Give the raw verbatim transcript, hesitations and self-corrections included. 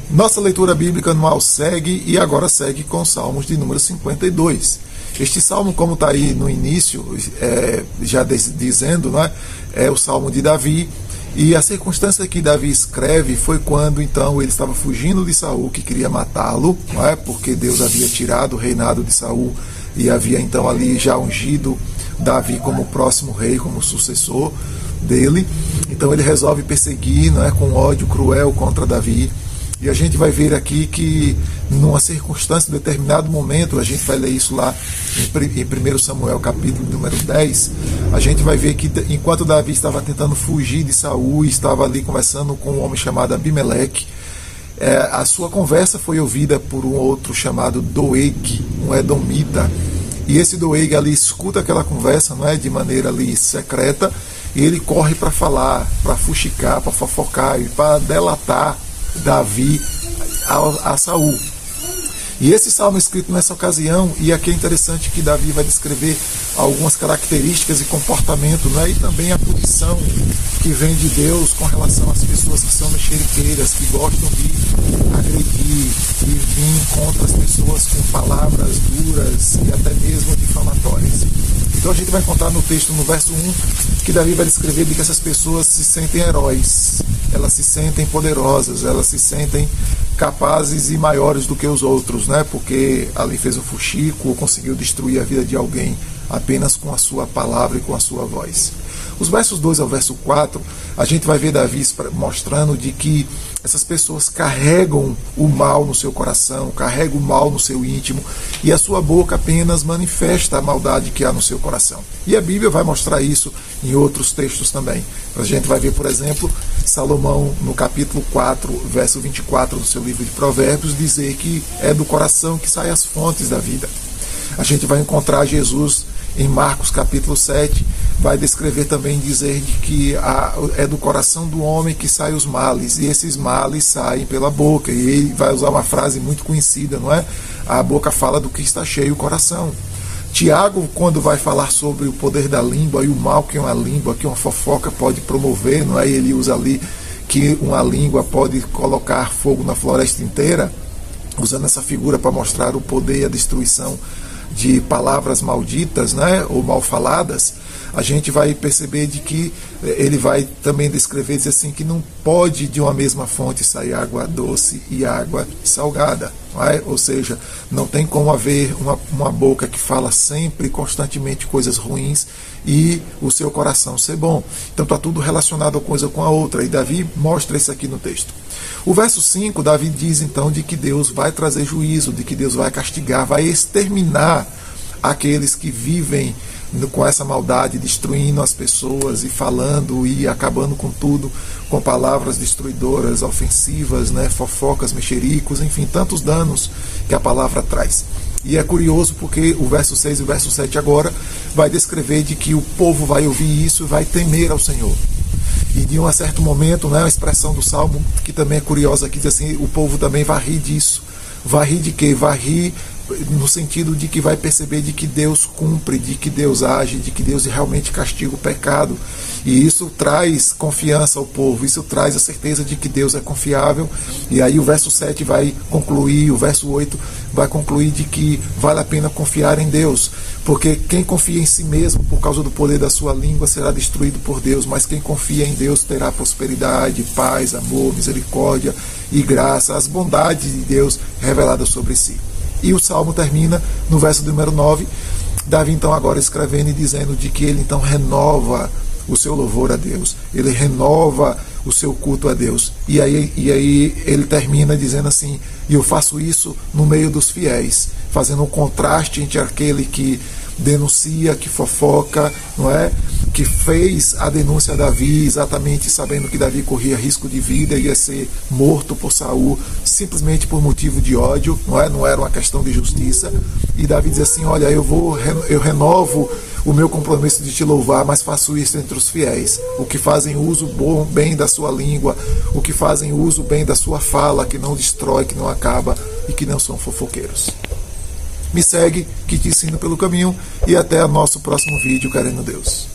Nossa leitura bíblica anual segue e agora segue com Salmos de número cinquenta e dois. Este salmo, como está aí no início, é, já dizendo, né, é o salmo de Davi. E a circunstância que Davi escreve foi quando então ele estava fugindo de Saul, que queria matá-lo, não é? Porque Deus havia tirado o reinado de Saul e havia então ali já ungido Davi como o próximo rei, como sucessor dele. Então ele resolve perseguir, não é, com ódio cruel contra Davi. E a gente vai ver aqui que, numa circunstância, em determinado momento, a gente vai ler isso lá em primeiro Samuel, capítulo número dez, a gente vai ver que, enquanto Davi estava tentando fugir de Saul, estava ali conversando com um homem chamado Abimeleque, é, a sua conversa foi ouvida por um outro chamado Doeg, um edomita. E esse Doeg ali escuta aquela conversa, não é, de maneira ali secreta, e ele corre para falar, para fuxicar, para fofocar e para delatar Davi a, a Saul. E esse salmo é escrito nessa ocasião, e aqui é interessante que Davi vai descrever algumas características e comportamento, né? E também a punição que vem de Deus com relação às pessoas que são mexeriqueiras, que gostam de agredir e vir contra as pessoas com palavras duras e até mesmo difamatórias. Então a gente vai encontrar no texto, no verso um, que Davi vai descrever de que essas pessoas se sentem heróis, elas se sentem poderosas, elas se sentem capazes e maiores do que os outros, né? Porque ali fez um fuxico ou conseguiu destruir a vida de alguém apenas com a sua palavra e com a sua voz. Os versos dois ao verso quatro, a gente vai ver Davi mostrando de que essas pessoas carregam o mal no seu coração, carregam o mal no seu íntimo, e a sua boca apenas manifesta a maldade que há no seu coração. E a Bíblia vai mostrar isso em outros textos também. A gente vai ver, por exemplo, Salomão, no capítulo quatro, verso vinte e quatro do seu livro de Provérbios, dizer que é do coração que saem as fontes da vida. A gente vai encontrar Jesus em Marcos capítulo sete, vai descrever também, dizer de que a, é do coração do homem que saem os males, e esses males saem pela boca. E ele vai usar uma frase muito conhecida, não é? A boca fala do que está cheio o coração. Tiago, quando vai falar sobre o poder da língua e o mal que uma língua, que uma fofoca pode promover, não é? Ele usa ali que uma língua pode colocar fogo na floresta inteira, usando essa figura para mostrar o poder e a destruição de palavras malditas, né, ou mal faladas. A gente vai perceber de que ele vai também descrever, dizer assim, que não pode de uma mesma fonte sair água doce e água salgada, não é? Ou seja, não tem como haver uma, uma boca que fala sempre, constantemente coisas ruins e o seu coração ser bom. Então está tudo relacionado a coisa com a outra, e Davi mostra isso aqui no texto. O verso cinco, Davi diz então de que Deus vai trazer juízo, de que Deus vai castigar, vai exterminar aqueles que vivem com essa maldade, destruindo as pessoas e falando e acabando com tudo, com palavras destruidoras, ofensivas, né, fofocas, mexericos, enfim, tantos danos que a palavra traz. E é curioso porque o verso seis e o verso sete agora vai descrever de que o povo vai ouvir isso e vai temer ao Senhor. E de um certo momento, né, a expressão do Salmo, que também é curiosa, que diz assim, o povo também vai rir disso. Vai rir de quê? Vai rir no sentido de que vai perceber de que Deus cumpre, de que Deus age, de que Deus realmente castiga o pecado. E isso traz confiança ao povo, isso traz a certeza de que Deus é confiável. E aí o verso sete vai concluir, o verso oito vai concluir de que vale a pena confiar em Deus, porque quem confia em si mesmo por causa do poder da sua língua será destruído por Deus, mas quem confia em Deus terá prosperidade, paz, amor, misericórdia e graça, as bondades de Deus reveladas sobre si. E o Salmo termina no verso número nove, Davi então agora escrevendo e dizendo de que ele então renova o seu louvor a Deus, ele renova o seu culto a Deus. E aí, e aí ele termina dizendo assim, e eu faço isso no meio dos fiéis, fazendo um contraste entre aquele que denuncia, que fofoca, não é? Que fez a denúncia a Davi, exatamente sabendo que Davi corria risco de vida, ia ser morto por Saul, simplesmente por motivo de ódio, não é? Não era uma questão de justiça. E Davi diz assim, olha, eu vou, eu renovo o meu compromisso de te louvar, mas faço isso entre os fiéis, o que fazem uso bom, bem da sua língua, o que fazem uso bem da sua fala, que não destrói, que não acaba e que não são fofoqueiros. Me segue, que te ensino pelo caminho, e até o nosso próximo vídeo, querendo Deus.